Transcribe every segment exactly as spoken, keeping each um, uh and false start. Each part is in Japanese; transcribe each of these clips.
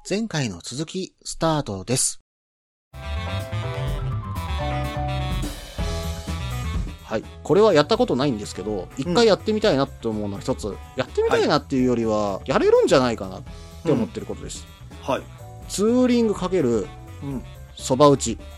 前回の続きスタートです。はい。これはやったことないんですけど、一回やってみたいなって思うのは一つ、うん、やってみたいなっていうよりは、やれるんじゃないかなって思ってることです。 うん、はい。 ツーリングかける、そば打ち。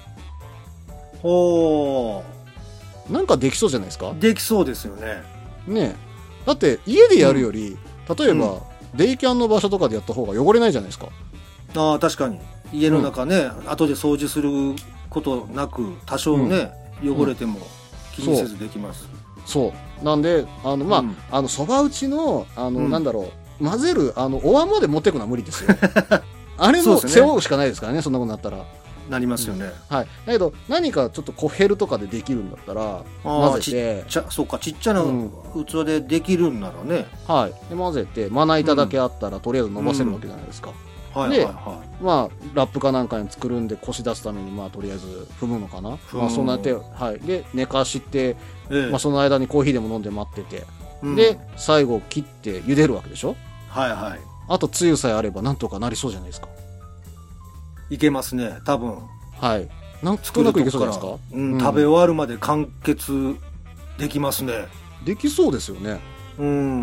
ほー。なんかできそうじゃないですか？ できそうですよね。 ねえ。だって家でやるより、うん、例えば、うん、デイキャンの場所とかでやった方が汚れないじゃないですか。 ああ、確かに。家の中ね、うん、後で掃除することなく、多少ね、うん、汚れても気にせずできます。 そう。そうなんで、あの、まあ、うん、あの、そば打ちの、あの、うん、なんだろう、混ぜる、あの、お椀まで持っていくのは無理ですよ。あれも背負うしかないですからね、そんなことになったら。 なりますよね、 うん、はい。だけど何かちょっとコヘルとかでできるんだったら混ぜて、 ちっちゃそうかちっちゃな器でできるんならね、 うん、はい。で混ぜてまな板だけあったら、うん、とりあえず伸ばせるわけじゃないですか。うん、で、はいはいはい、まあラップかなんかに作るんでこし出すためにまあとりあえず踏むのかな。まあそんなやって、はい。で寝かして、ええ、まあその間にコーヒーでも飲んで待ってて、うん、で最後切って茹でるわけでしょ。 はいはい。 あとつゆさえあればなんとかなりそうじゃないですか。 いけますね多分。 はい。なんとなくいけそうじゃないですか、 うんうん、食べ終わるまで完結できますね。 できそうですよね。 うん。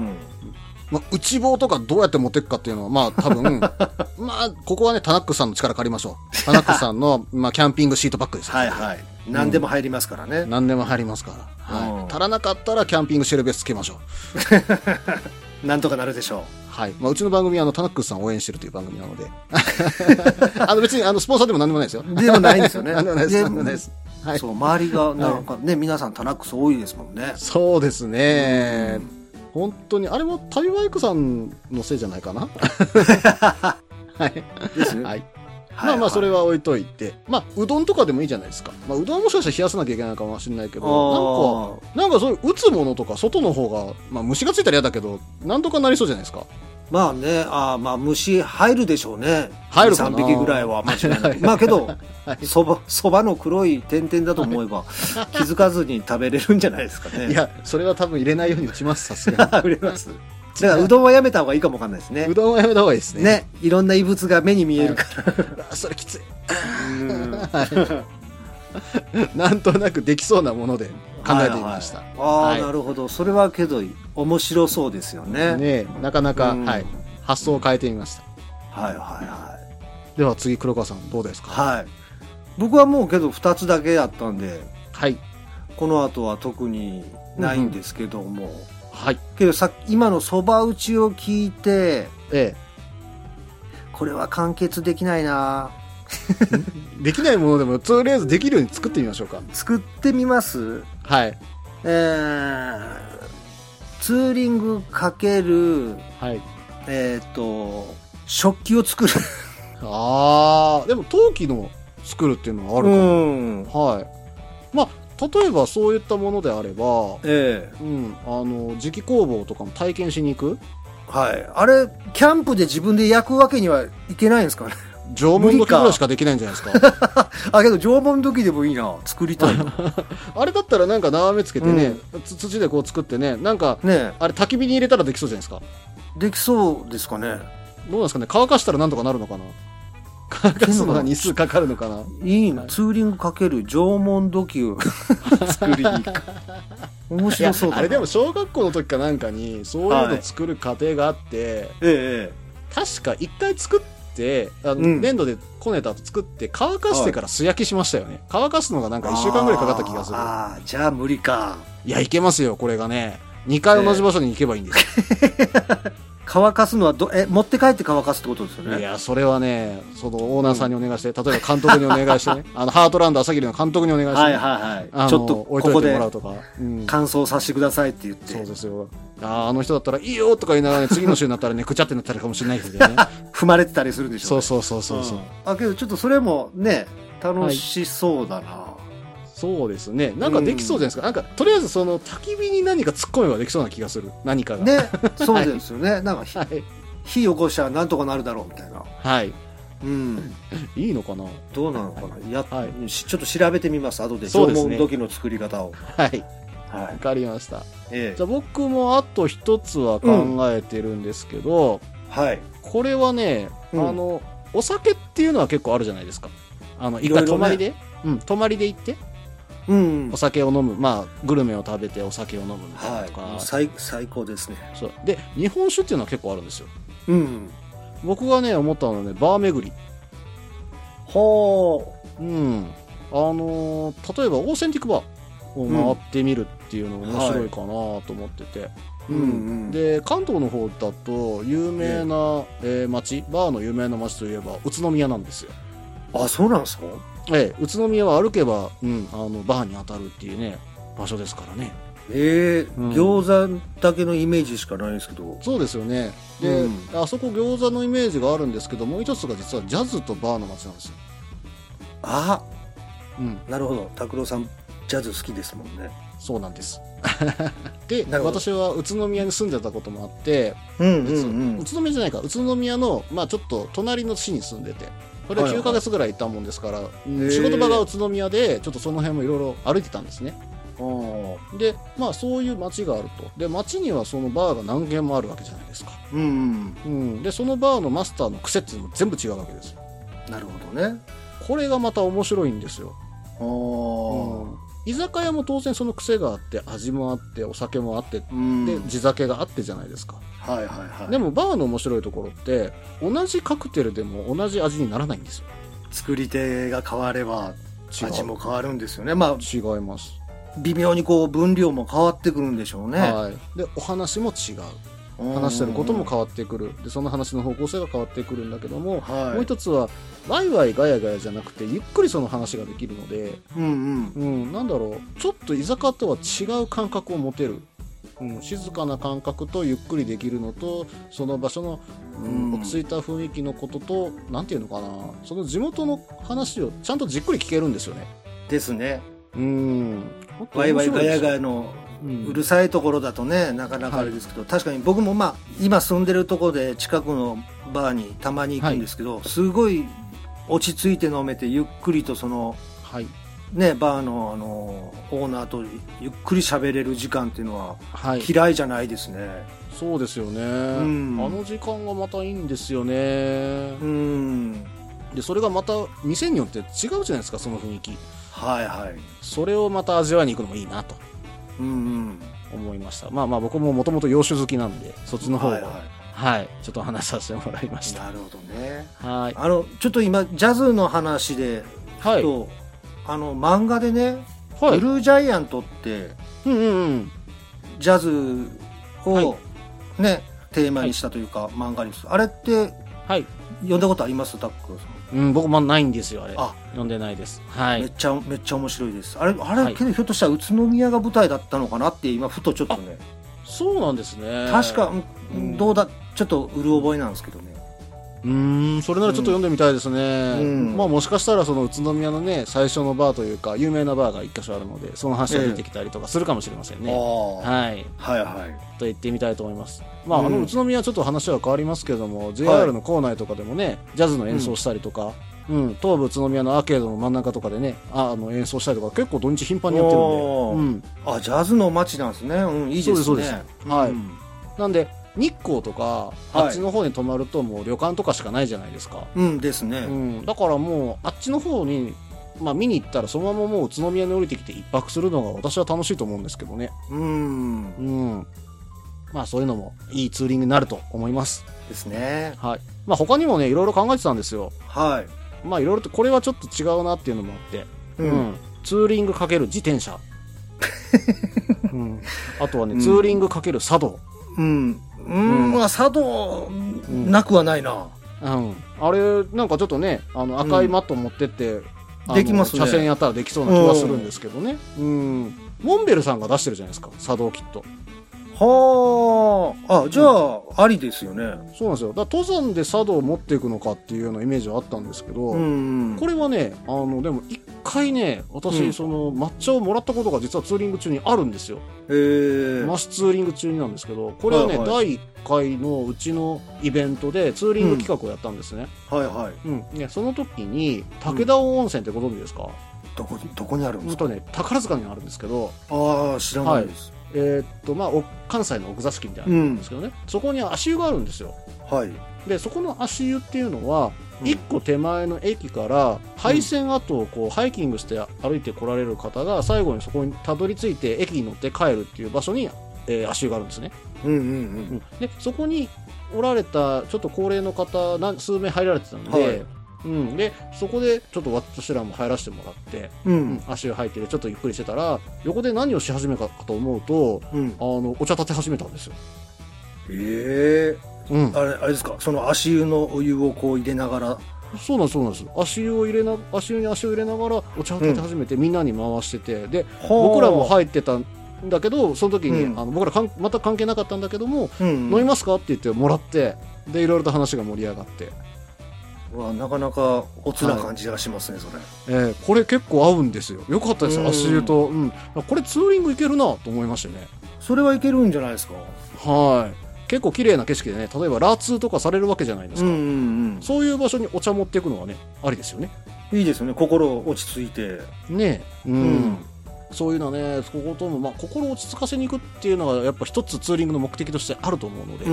まあ、内房とかどうやって持っていくかっていうのは、まあ多分、まあ、ここはね、タナックさんの力借りましょう。タナックさんの、まあ、キャンピングシートバッグですよ。 はいはい。何でも入りますからね。 うん、何でも入りますから。はい。足らなかったらキャンピングシェルベースつけましょう。なんとかなるでしょう。 はい。まあ、うちの番組はあのタナックさんを応援してるという番組なので。あの別にあのスポンサーでも何でもないですよ。 でもないんですよね。 何でもないです。何でもないです。 はい。そう、周りがなんかね、はい、皆さんタナックス多いですもんね。 そうですね。本当に、あれも旅バイクさんのせいじゃないかな。はい。 ですね。 はい。まあまあ、それは置いといて。まあ、うどんとかでもいいじゃないですか。まあ、うどんはもしかしたら冷やさなきゃいけないかもしれないけど、なんか、なんかそういう打つものとか、外の方が、まあ虫がついたら嫌だけど、なんとかなりそうじゃないですか。 まあね、あまあ虫入るでしょうね。 入るかな。 さんびきぐらいは間違いない。まあけど、そば、そばの黒い点々だと思えば、気づかずに食べれるんじゃないですかね。 いや、それは多分入れないように打ちます、さすがに。 入れます。だからうどんはやめた方がいいかもわかんないですね。 うどんはやめた方がいいですね。 ね、いろんな異物が目に見えるから。 はい、それきつい。なんとなくできそうなもので考えてみました。 はいはい、ああ、はい、なるほど。それはけど面白そうですよね。 ね、なかなか、はい、発想を変えてみました。 はいはいはい。 では次黒川さんどうですか？ はい。僕はもうけどふたつだけやったんで、 はい。 この後は特にないんですけども。うんうん、 はい。 けどさ今のそば打ちを聞いて、 ええ、 これは完結できないな。 できないものでもとりあえずできるように作ってみましょうか。 作ってみます。 はい。 えー、ツーリングかける、 はい。 えっと食器を作る。 ああ、でも陶器の作るっていうのはあるかも。うん、はい。まあ例えばそういったものであれば、 ええ、 うん、あの磁気工房とかも体験しに行く。 はい。あれキャンプで自分で焼くわけにはいけないんですかね。 縄文時ぐらいしかできないんじゃないですか。 あ、けど縄文時でもいいな。作りたいな。 あれだったらなんか縄目つけてね、うん、土でこう作ってね、なんか、ね、あれ焚き火に入れたらできそうじゃないですか。 できそうですかね。 どうなんですかね。乾かしたらなんとかなるのかな。乾かすのが日数かかるのかな。 いいな。ツーリングかける縄文土器を作りに行く。面白そうだな。 あれでも小学校の時かなんかにそういうの作る過程があって、はい、 ええ、 確か一回作ってあの、うん、粘土でこねた後作って乾かしてから素焼きしましたよね。乾かすのがなんかいっしゅうかんぐらいかかった気がする。 ああ、じゃあ無理か。 いやいけますよこれがね。にかい同じ場所に行けばいいんですよ。えー乾かすのはどえ持って帰って乾かすってことですよね。 いやそれはねそのオーナーさんにお願いして、うん、例えば監督にお願いしてねあのハートランド朝霧の監督にお願いして、ね、 はいはいはい、ちょっとここで乾燥させてくださいって言って、 そうですよ。ああの人だったらいいよとか言いながらね次の週になったらねくちゃってなったりかもしれないですけどね。 踏まれてたりするでしょう、ね、 そうそうそうそうそう、うん、 あけどちょっとそれもね楽しそうだな、はい、 そうですね。なんかできそうじゃないですか、うん、なんかとりあえずその焚き火に何か突っ込めばできそうな気がする。何かがね。そうですよね、はい、なんか、はい、火起こしたらなんとかなるだろうみたいな。 はい。 うん。 いいのかな。 どうなのかな。 はい、 や、 はい、 ちょっと調べてみます。後で縄文土器の作り方を。 はい。はい。わかりました。ええ、じゃあ僕もあと一つは考えてるんですけど、 うん、はい。 これはね、うん、あのお酒っていうのは結構あるじゃないですか。あの、一回泊まりで、ね、うん、泊まりで行って、うん、お酒を飲む、まあ、グルメを食べてお酒を飲むみたいなとか。 はい、最、最高ですね。 そう。で、日本酒っていうのは結構あるんですよ。 うん。 僕がね、思ったのはね、バー巡り。 はあ。うん。あのー、例えば、オーセンティックバーを回ってみるっていうのが面白いかなと思ってて。うん、うんうん、で関東の方だと有名な、えー、町バーの有名な町といえば宇都宮なんですよ。 あ、そうなんですか。 ええ、宇都宮は歩けば、うん、あのバーに当たるっていうね場所ですからね。 えーうん、餃子だけのイメージしかないんですけど。 そうですよね。で、うん、あそこ餃子のイメージがあるんですけど、もう一つが実はジャズとバーの街なんですよ。 あ、うん、なるほど。拓郎さんジャズ好きですもんね。 そうなんですで私は宇都宮に住んでたこともあって、 うんうんうん、 宇都宮じゃないか宇都宮の、まあ、ちょっと隣の市に住んでて、これはきゅうかげつぐらい行ったもんですから、はいはい、仕事場が宇都宮でちょっとその辺もいろいろ歩いてたんですね。でまあそういう街があると。で街にはそのバーが何軒もあるわけじゃないですか、 うんうんうん、でそのバーのマスターの癖っていうのも全部違うわけですよ。 なるほどね。 これがまた面白いんですよ。 あ、うん、 居酒屋も当然その癖があって味もあってお酒もあって、うん、で地酒があってじゃないですか。 はいはいはい。 でもバーの面白いところって同じカクテルでも同じ味にならないんですよ。 作り手が変われば味も変わるんですよね。まあ違います。 微妙にこう分量も変わってくるんでしょうね。 はい。でお話も違う。話してることも変わってくる。でその話の方向性が変わってくるんだけども、はい、もう一つはワイワイガヤガヤじゃなくてゆっくりその話ができるので、 うんうんうん、なんだろう、ちょっと居酒屋とは違う感覚を持てる、うん、静かな感覚とゆっくりできるのと、その場所の、うん、落ち着いた雰囲気のことと、なんていうのかな、その地元の話をちゃんとじっくり聞けるんですよね。 ですね。 うん、 ワイワイガヤガヤのうるさいところだとね、なかなかあれですけど、はい、確かに僕もまあ今住んでるところで近くのバーにたまに行くんですけど、はい、すごい落ち着いて飲めてゆっくりとその、 はい、 ね、バーのあのオーナーとゆっくり喋れる時間っていうのは嫌いじゃないですね。はい、 そうですよね、うん、あの時間がまたいいんですよね。 うん、 でそれがまた店によって違うじゃないですか、その雰囲気。 はいはい。 それをまた味わいに行くのもいいなとうんうん、 思いました。まあまあ僕ももともと洋酒好きなんでそっちの方を、はい、はいはい、ちょっと話させてもらいました。 なるほどね。 はい。 あのちょっと今ジャズの話で、はい、とあの漫画でね、はい、ブルージャイアントって、 うんうんうん、 ジャズをね、はい、テーマにしたというか、はい、漫画にする。あれって、はい、読んだことあります？タックルさん。 うん、僕もないんですよ、あれ。あ、読んでないです。はい。 めっちゃめっちゃ面白いです。あれあれ、はい、けどひょっとしたら宇都宮が舞台だったのかなって今ふとちょっとね。 そうなんですね。 確か、うん、どうだちょっとうる覚えなんですけどね。 うーん、それならちょっと読んでみたいですね。うん、まあもしかしたらその宇都宮のね最初のバーというか有名なバーが一箇所あるのでその話が出てきたりとかするかもしれませんね。えー、はい。 はいはい。 と言ってみたいと思います。まあ、うん、あの宇都宮はちょっと話は変わりますけども、ジェイアール の構内とかでもねジャズの演奏したりとか。うん、東武宇都宮のアーケードの真ん中とかでね、ああの演奏したりとか結構土日頻繁にやってるんで、うん、 あ、ジャズの街なんですね。うん、いいですね。 そうですそうです、はい、うん、なんで日光とかあっちの方に泊まるともう旅館とかしかないじゃないですか。 うんですね、 うん、だからもうあっちの方に、まあ、見に行ったらそのままもう宇都宮に降りてきて一泊するのが私は楽しいと思うんですけどね。 うん、 うん、まあそういうのもいいツーリングになると思いますですね。 はい。まあ他にもねいろいろ考えてたんですよ。 はい。 まあいろいろとこれはちょっと違うなっていうのもあって、うんうん、ツーリングかける自転車、うん、あとはね、うん、ツーリングかける茶道、 うんうん、まあ茶道なくはないな、 うん、あれなんかちょっとねあの赤いマット持ってって、 うん、できますね。 車線やったらできそうな気がするんですけどね、うん、モンベルさんが出してるじゃないですか茶道キット。 はあ、あ、じゃあ、うん、ありですよね。 そうなんですよ。だから登山で茶道を持っていくのかっていうようなイメージはあったんですけど、うんうん、これはね、あのでも一回ね、私、うん、その抹茶をもらったことが実はツーリング中にあるんですよ。 へー。 マスツーリング中になんですけど、これはね、はいはい、だいいっかいのうちのイベントでツーリング企画をやったんですね。 うん、はいはい。 うん。ね、その時に武田温泉ってご存知ですか？うん、 どこどこにあるんですか？ うんとね、宝塚にあるんですけど。 ああ、知らないです。はい、 えー、っとまあ、関西の奥座敷みたいなのなんですけどね、うん、そこに足湯があるんですよ。 はい。 でそこの足湯っていうのはいっこ手前の駅から廃線跡をこうハイキングして歩いて来られる方が最後にそこにたどり着いて駅に乗って帰るっていう場所に、えー、足湯があるんですね。 うんうんうん、 でそこにおられたちょっと高齢の方何数名入られてたので、はい、うん、でそこでちょっと私らも入らせてもらって、うんうん、足湯入ってちょっとゆっくりしてたら横で何をし始めたかと思うと、うん、あのお茶立て始めたんですよ。 ええーうん、あれあれですか、その足湯のお湯をこう入れながら。 そうなんですそうなんです。足湯を入れな足湯に足を入れながらお茶を立て始めて、みんなに回してて、で僕らも入ってたんだけどその時に、うん、あの僕らかん全く関係なかったんだけども、うんうん、飲みますかって言ってもらってでいろいろと話が盛り上がって、 うわなかなかおつな感じがしますね、はい、 それ、えー、これ結構合うんですよ。よかったです足湯と、うん、これツーリングいけるなと思いましてね。 それはいけるんじゃないですか。 はい、結構綺麗な景色でね、例えばラーツーとかされるわけじゃないですか、うんうんうん、そういう場所にお茶持っていくのはねありですよね。 いいですよね、心落ち着いてねえ、うん、うん、そういうのはね、こことも、まあ、心落ち着かせに行くっていうのがやっぱ一つツーリングの目的としてあると思うので、うん、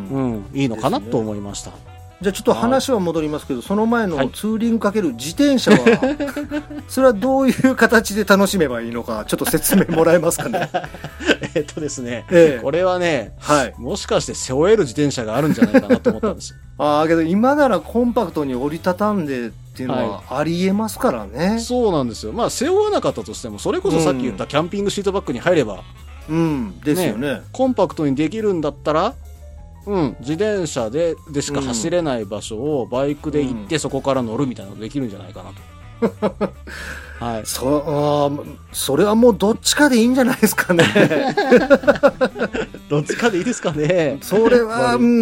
うん、いいのかなと思いました。 じゃあちょっと話は戻りますけど、その前のツーリングかける自転車は、はい、それはどういう形で楽しめばいいのかちょっと説明もらえますかね。 えっとですね、ええ、これはね、はい、もしかして背負える自転車があるんじゃないかなと思ったんですよ。 ああ、けど今ならコンパクトに折りたたんでっていうのはありえますからね、はい、 そうなんですよ。まあ背負わなかったとしてもそれこそさっき言ったキャンピングシートバッグに入れば、 うん、うん、ですよね、 コンパクトにできるんだったら、うん、自転車ででしか走れない場所をバイクで行ってそこから乗るみたいなのできるんじゃないかなと、はい、 そ, あそれはもうどっちかでいいんじゃないですかね。 どっちかでいいですかね。 それは、うん、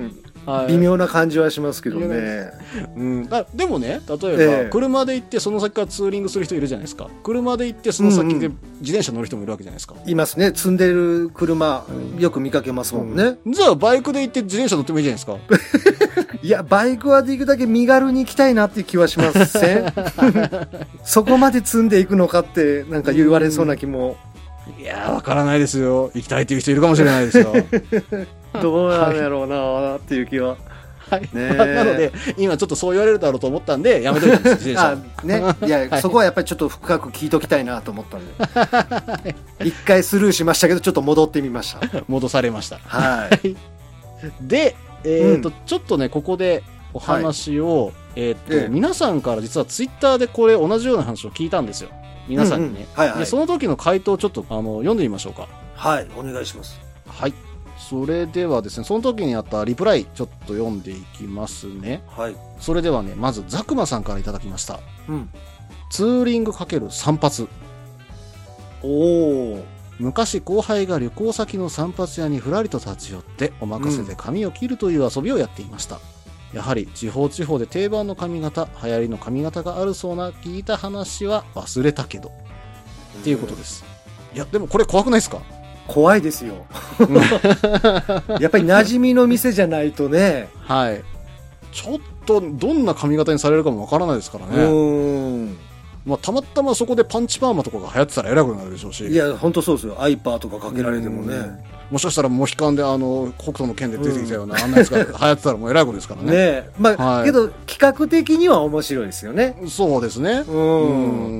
はい、微妙な感じはしますけどね、 うん、だでもね、例えば、ええ、車で行ってその先からツーリングする人いるじゃないですか。車で行ってその先で自転車乗る人もいるわけじゃないですか、 うんうん、いますね。積んでる車、うん、よく見かけますもんね、 うん、じゃあバイクで行って自転車乗ってもいいじゃないですか。 いやバイクはできるだけ身軽に行きたいなっていう気はしません？そこまで積んでいくのかってなんか言われそうな気も、 いやわからないですよ。行きたいという人いるかもしれないですよ。 どうなんやろうなっていう気は、 はい、ね、なので今ちょっとそう言われるだろうと思ったんでやめといたんです自転車。 あ、ね、いや、はい、そこはやっぱりちょっと深く聞いときたいなと思ったんで一回スルーしましたけどちょっと戻ってみました。 戻されました。 はい。 で、えーとうん、ちょっとねここでお話を、はい、えーとええ、皆さんから実はツイッターでこれ同じような話を聞いたんですよ、皆さんにね、うんうん、はいはい、でその時の回答をちょっとあの読んでみましょうか。 はい、お願いします。 はい、それではですね、その時にあったリプライちょっと読んでいきますね。 はい。 それではね、まずザクマさんからいただきました。 うん。 ツーリング×散髪。 おお。 昔後輩が旅行先の散髪屋にふらりと立ち寄ってお任せで髪を切るという遊びをやっていました。うん、やはり地方地方で定番の髪型、流行りの髪型があるそうな聞いた話は忘れたけど。っていうことです。いや、でもこれ怖くないですか？ 怖いですよ。やっぱり馴染みの店じゃないとね。 はい。ちょっとどんな髪型にされるかもわからないですからね。うん。まあ、たまたまそこでパンチパーマとかが流行ってたら偉くなるでしょうし。 いや、本当そうですよ。アイパーとかかけられてもね。 もしかしたらモヒカンであの北斗の拳で出てきたようなあんなやつが流行ってたらもう偉いことですからね。ねえ。まあ、はい、けど企画的には面白いですよね。 そうですね。うん。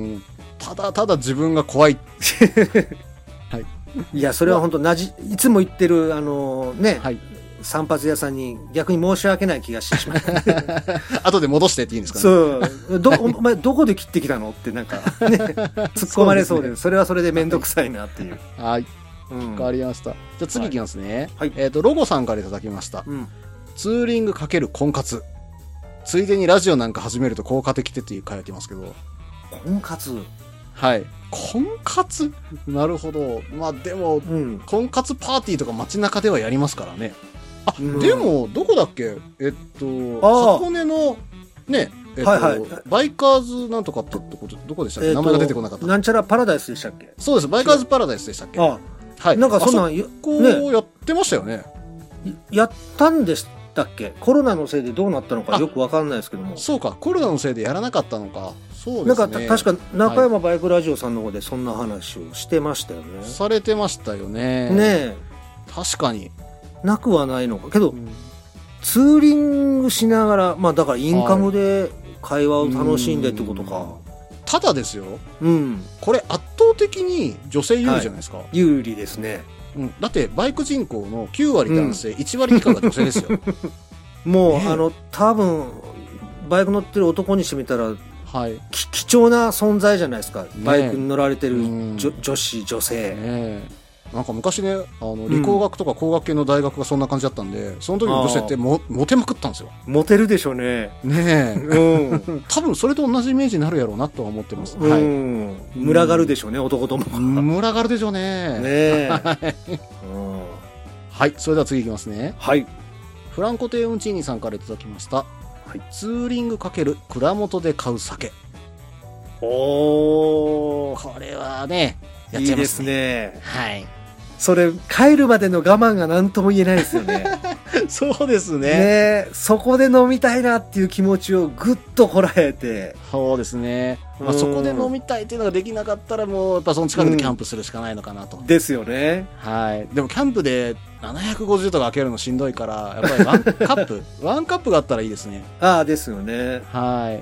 うんただただ自分が怖い。はい。 いや、それは本当なじ、いつも言ってる、あのー、ね、はい、散髪屋さんに逆に申し訳ない気がしてしまう。 後で戻してっていいんですかね。 そう。ど、お前どこで切ってきたのってなんか、ね、突っ込まれそうで、そ, でね、それはそれでめんどくさいなっていう。 はい。わ、うん、かりました。じゃあ次いきますね。はい。えっ、ー、と、ロゴさんからいただきました。うん、ツーリング×婚活。ついでにラジオなんか始めると効果的ってって書いてますけど。 婚活はい。婚活なるほど。まあでも、うん、婚活パーティーとか街中ではやりますからね。あ、うん、でも、どこだっけえっと、箱根の、ね、えっと、はいはい、バイカーズなんとかってとこ、どこでしたっけ、えー、名前が出てこなかった。 なんちゃらパラダイスでしたっけ。 そうです。バイカーズパラダイスでしたっけ。あはい。 なんかそんなん、 ね、こうやってましたよね。 やったんでしたっけ。コロナのせいでどうなったのかよくわかんないですけども。 そうか、コロナのせいでやらなかったのか。そうですね。 なんか確か中山バイクラジオさんの方でそんな話をしてましたよね。 はい、されてましたよね。 ねえ。 確かに。 なくはないのかけど、うん、 ツーリングしながら、まあだからインカムで会話を楽しんでってことか。はい、 ただですよ、 うん、これ圧倒的に女性有利じゃないですか。はい、 有利ですね。 うん、だってバイク人口のきゅうわり男性、うん、いちわり以下が女性ですよ。 もう、ね、あの多分バイク乗ってる男にしてみたら、 はい、 貴重な存在じゃないですか、ね、バイクに乗られてる、うん、女子女性、 ね、なんか昔ね、あの理工学とか工学系の大学がそんな感じだったんで、うん、その時の女性ってもモテまくったんですよ。 モテるでしょうね。 ねえ、うん、多分それと同じイメージになるやろうなとは思ってます。 うん、はい、群がるでしょうね、うん、男どもが。 群がるでしょうね。ねえ、うん、はい、それでは次いきますね。 はい。 フランコテウンチーニさんからいただきました。はい、ツーリング×蔵元で買う酒。 おー、 これはね、やっちゃいますね。いいですね。はい。 それ帰るまでの我慢が何とも言えないですよね。 そうですね。 ね、そこで飲みたいなっていう気持ちをぐっとこらえて。 そうですね。まあ、そこで飲みたいっていうのができなかったら、もうやっぱその近くでキャンプするしかないのかなと。 うん、ですよね。 はい。でもキャンプでななひゃくごじゅうとか開けるのしんどいから、やっぱりワンカップワンカップがあったらいいですね。 ああ、ですよね。 はい。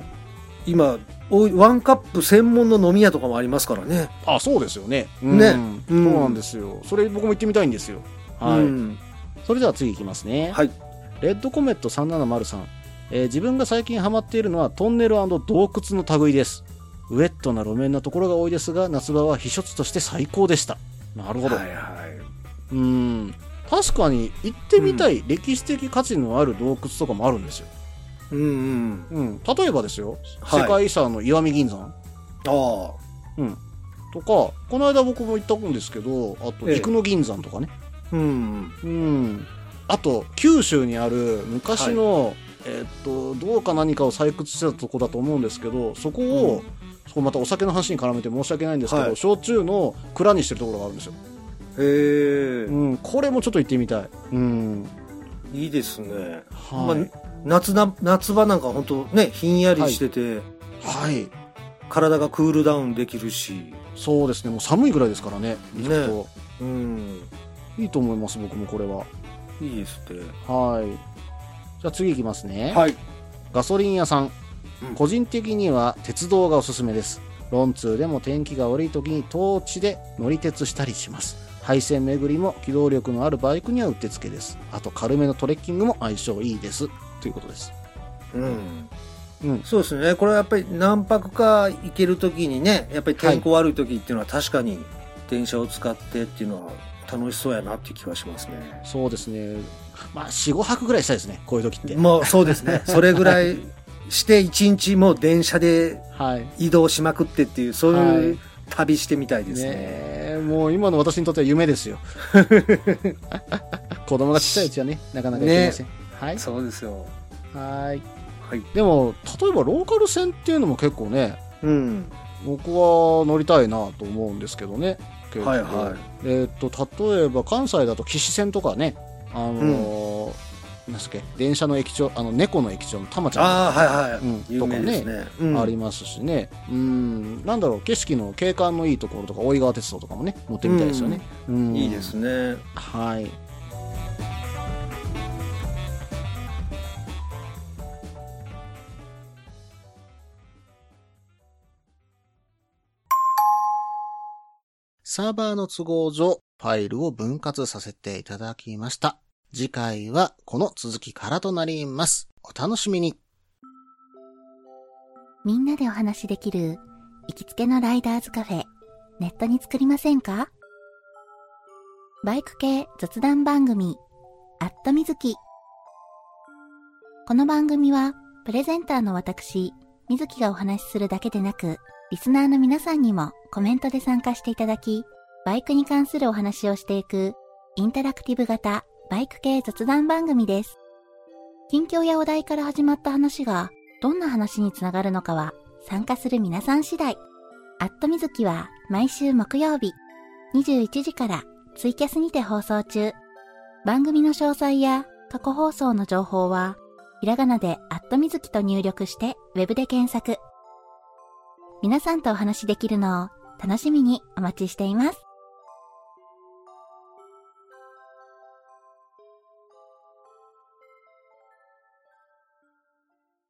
今ワンカップ専門の飲み屋とかもありますからね。 あ、そうですよね。 うん、ね、 うん、そうなんですよ。それ僕も行ってみたいんですよ。はい。うん、それでは次いきますね。 はい。 レッドコメットさんななまるさん、えー、自分が最近ハマっているのはトンネル&洞窟の類です。ウェットな路面のところが多いですが、夏場は避暑地として最高でした。なるほど。 はいはい。 うん。確かに行ってみたい、うん、歴史的価値のある洞窟とかもあるんですよ。 うんうんうん、例えばですよ、はい、世界遺産の石見銀山、ああ、 うん、とか、この間僕も行ったんですけど、あと生野銀山とかね、 ええ、うん、 うん、あと九州にある昔の、はい、えー、っとどうか何かを採掘してたとこだと思うんですけど、そこを、うん、そこまたお酒の話に絡めて申し訳ないんですけど、はい、焼酎の蔵にしてるところがあるんですよ。 へえ、 うん、これもちょっと行ってみたい。うん、 いいですね。 はい、 まあ夏な夏場なんか本当ね、ひんやりしてて、 はい、はい、 体がクールダウンできるし。 そうですね、もう寒いぐらいですからね、 ね、うん、 いいと思います。僕もこれは。 いいですね。 はい。じゃあ次いきますね。 はい。 ガソリン屋さん、 うん、 個人的には鉄道がおすすめです。ロンツーでも天気が悪い時にトーチで乗り鉄したりします。配線巡りも機動力のあるバイクにはうってつけです。あと軽めのトレッキングも相性いいですということです。 うん、うん、そうですね。これはやっぱり何泊か行ける時にね、やっぱり天候悪い時っていうのは確かに電車を使ってっていうのは楽しそうやなっていう気はしますね。 そうですね。まあ よん、ごはくぐらいしたいですね、こういう時って。 もうそうですね。それぐらいしていちにちもう電車で移動しまくってっていう、そういう旅してみたいですね。 ね、もう今の私にとっては夢ですよ。子供がちっちゃいうちはね、なかなか行けません。ね、はい。 そうですよ。 はい。 はい。 でも例えばローカル線っていうのも結構ね、 うん、 僕は乗りたいなと思うんですけどね。 はいはい。 えっと例えば関西だと岸線とかね、あのー、うん、なんすっけ、電車の駅長、あの猫の駅長のたまちゃんとか、 あ、はいはい、 うん、とかね、ね、うん、ありますしね。うん、なんだろう、景色の景観のいいところとか大井川鉄道とかもね乗ってみたいですよね。 うんうん、いいですね。 はい。サーバーの都合上、ファイルを分割させていただきました。次回はこの続きからとなります。お楽しみに。 みんなでお話できる行きつけのライダーズカフェ、ネットに作りませんか？バイク系雑談番組、アットみずき。この番組はプレゼンターの私、みずきがお話しするだけでなく、リスナーの皆さんにもコメントで参加していただき、バイクに関するお話をしていくインタラクティブ型バイク系雑談番組です。近況やお題から始まった話がどんな話につながるのかは参加する皆さん次第。アットみずきは毎週木曜日にじゅういちじからツイキャスにて放送中。番組の詳細や過去放送の情報はひらがなでアットみずきと入力してウェブで検索。皆さんとお話しできるのを楽しみにお待ちしています。